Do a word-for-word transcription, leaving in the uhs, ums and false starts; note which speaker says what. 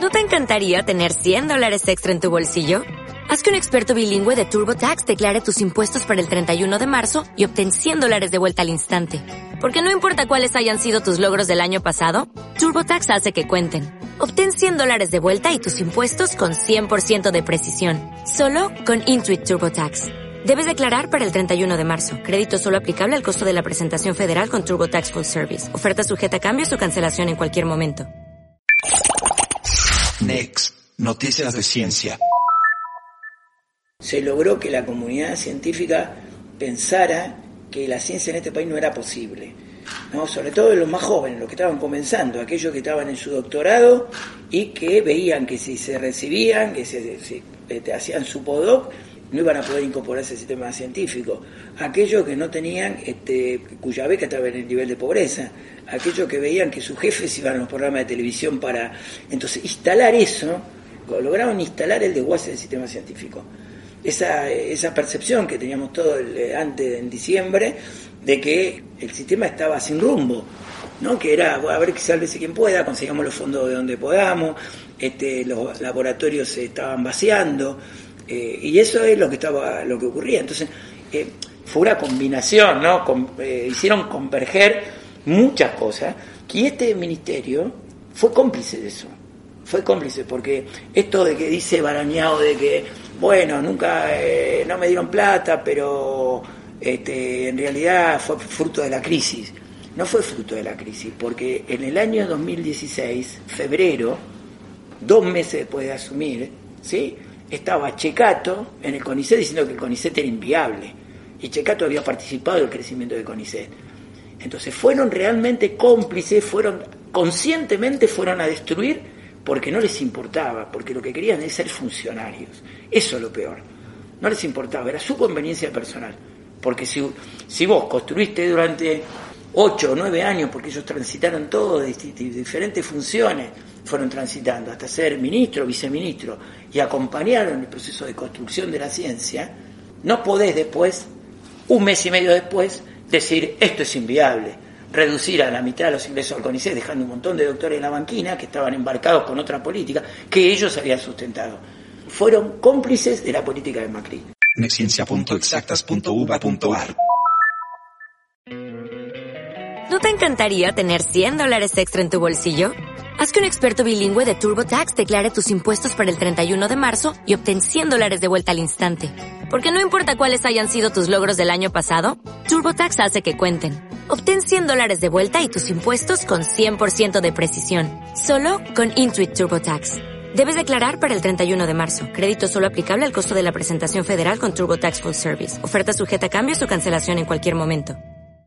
Speaker 1: ¿No te encantaría tener cien dólares extra en tu bolsillo? Haz que un experto bilingüe de TurboTax declare tus impuestos para el treinta y uno de marzo y obtén cien dólares de vuelta al instante. Porque no importa cuáles hayan sido tus logros del año pasado, TurboTax hace que cuenten. Obtén cien dólares de vuelta y tus impuestos con cien por ciento de precisión. Solo con Intuit TurboTax. Debes declarar para el treinta y uno de marzo. Crédito solo aplicable al costo de la presentación federal con TurboTax Full Service. Oferta sujeta a cambios o cancelación en cualquier momento.
Speaker 2: Next. Noticias de ciencia.
Speaker 3: Se logró que la comunidad científica pensara que la ciencia en este país no era posible, ¿no? Sobre todo los más jóvenes, los que estaban comenzando, aquellos que estaban en su doctorado y que veían que si se recibían, que si, si este, hacían su postdoc, no iban a poder incorporarse al sistema científico. Aquellos que no tenían, este, cuya beca estaba en el nivel de pobreza, aquellos que veían que sus jefes iban a los programas de televisión para... Entonces, instalar eso, lograron instalar el desguace del sistema científico. Esa, esa percepción que teníamos todos el, antes, en diciembre, de que el sistema estaba sin rumbo, ¿no? Que era, a ver, que sálvese quien pueda, consigamos los fondos de donde podamos, este, los laboratorios se estaban vaciando, eh, y eso es lo que estaba, lo que ocurría. Entonces, eh, fue una combinación, ¿no? Con, eh, hicieron converger muchas cosas, y este ministerio fue cómplice de eso. Fue cómplice, porque esto de que dice Barañao de que, bueno, nunca, eh, no me dieron plata, pero este, en realidad fue fruto de la crisis. No fue fruto de la crisis, porque en el año dos mil dieciséis, febrero, dos meses después de asumir, ¿sí?, estaba Checato en el CONICET diciendo que el CONICET era inviable, y Checato había participado del crecimiento del CONICET. Entonces fueron realmente cómplices, fueron conscientemente fueron a destruir porque no les importaba, porque lo que querían es ser funcionarios. Eso es lo peor. No les importaba, era su conveniencia personal. Porque si, si vos construiste durante ocho o nueve años, porque ellos transitaron todo, de diferentes funciones, fueron transitando hasta ser ministro, viceministro, y acompañaron el proceso de construcción de la ciencia, no podés después, un mes y medio después, decir esto es inviable, reducir a la mitad los ingresos al CONICET, dejando un montón de doctores en la banquina que estaban embarcados con otra política que ellos habían sustentado. Fueron cómplices de la política de Macri.
Speaker 2: Nexciencia punto exactas punto u b a punto a r.
Speaker 1: ¿No te encantaría tener cien dólares extra en tu bolsillo? Haz que un experto bilingüe de TurboTax declare tus impuestos para el treinta y uno de marzo y obtén cien dólares de vuelta al instante. Porque no importa cuáles hayan sido tus logros del año pasado, TurboTax hace que cuenten. Obtén cien dólares de vuelta y tus impuestos con cien por ciento de precisión. Solo con Intuit TurboTax. Debes declarar para el treinta y uno de marzo. Crédito solo aplicable al costo de la presentación federal con TurboTax Full Service. Oferta sujeta a cambios o cancelación en cualquier momento.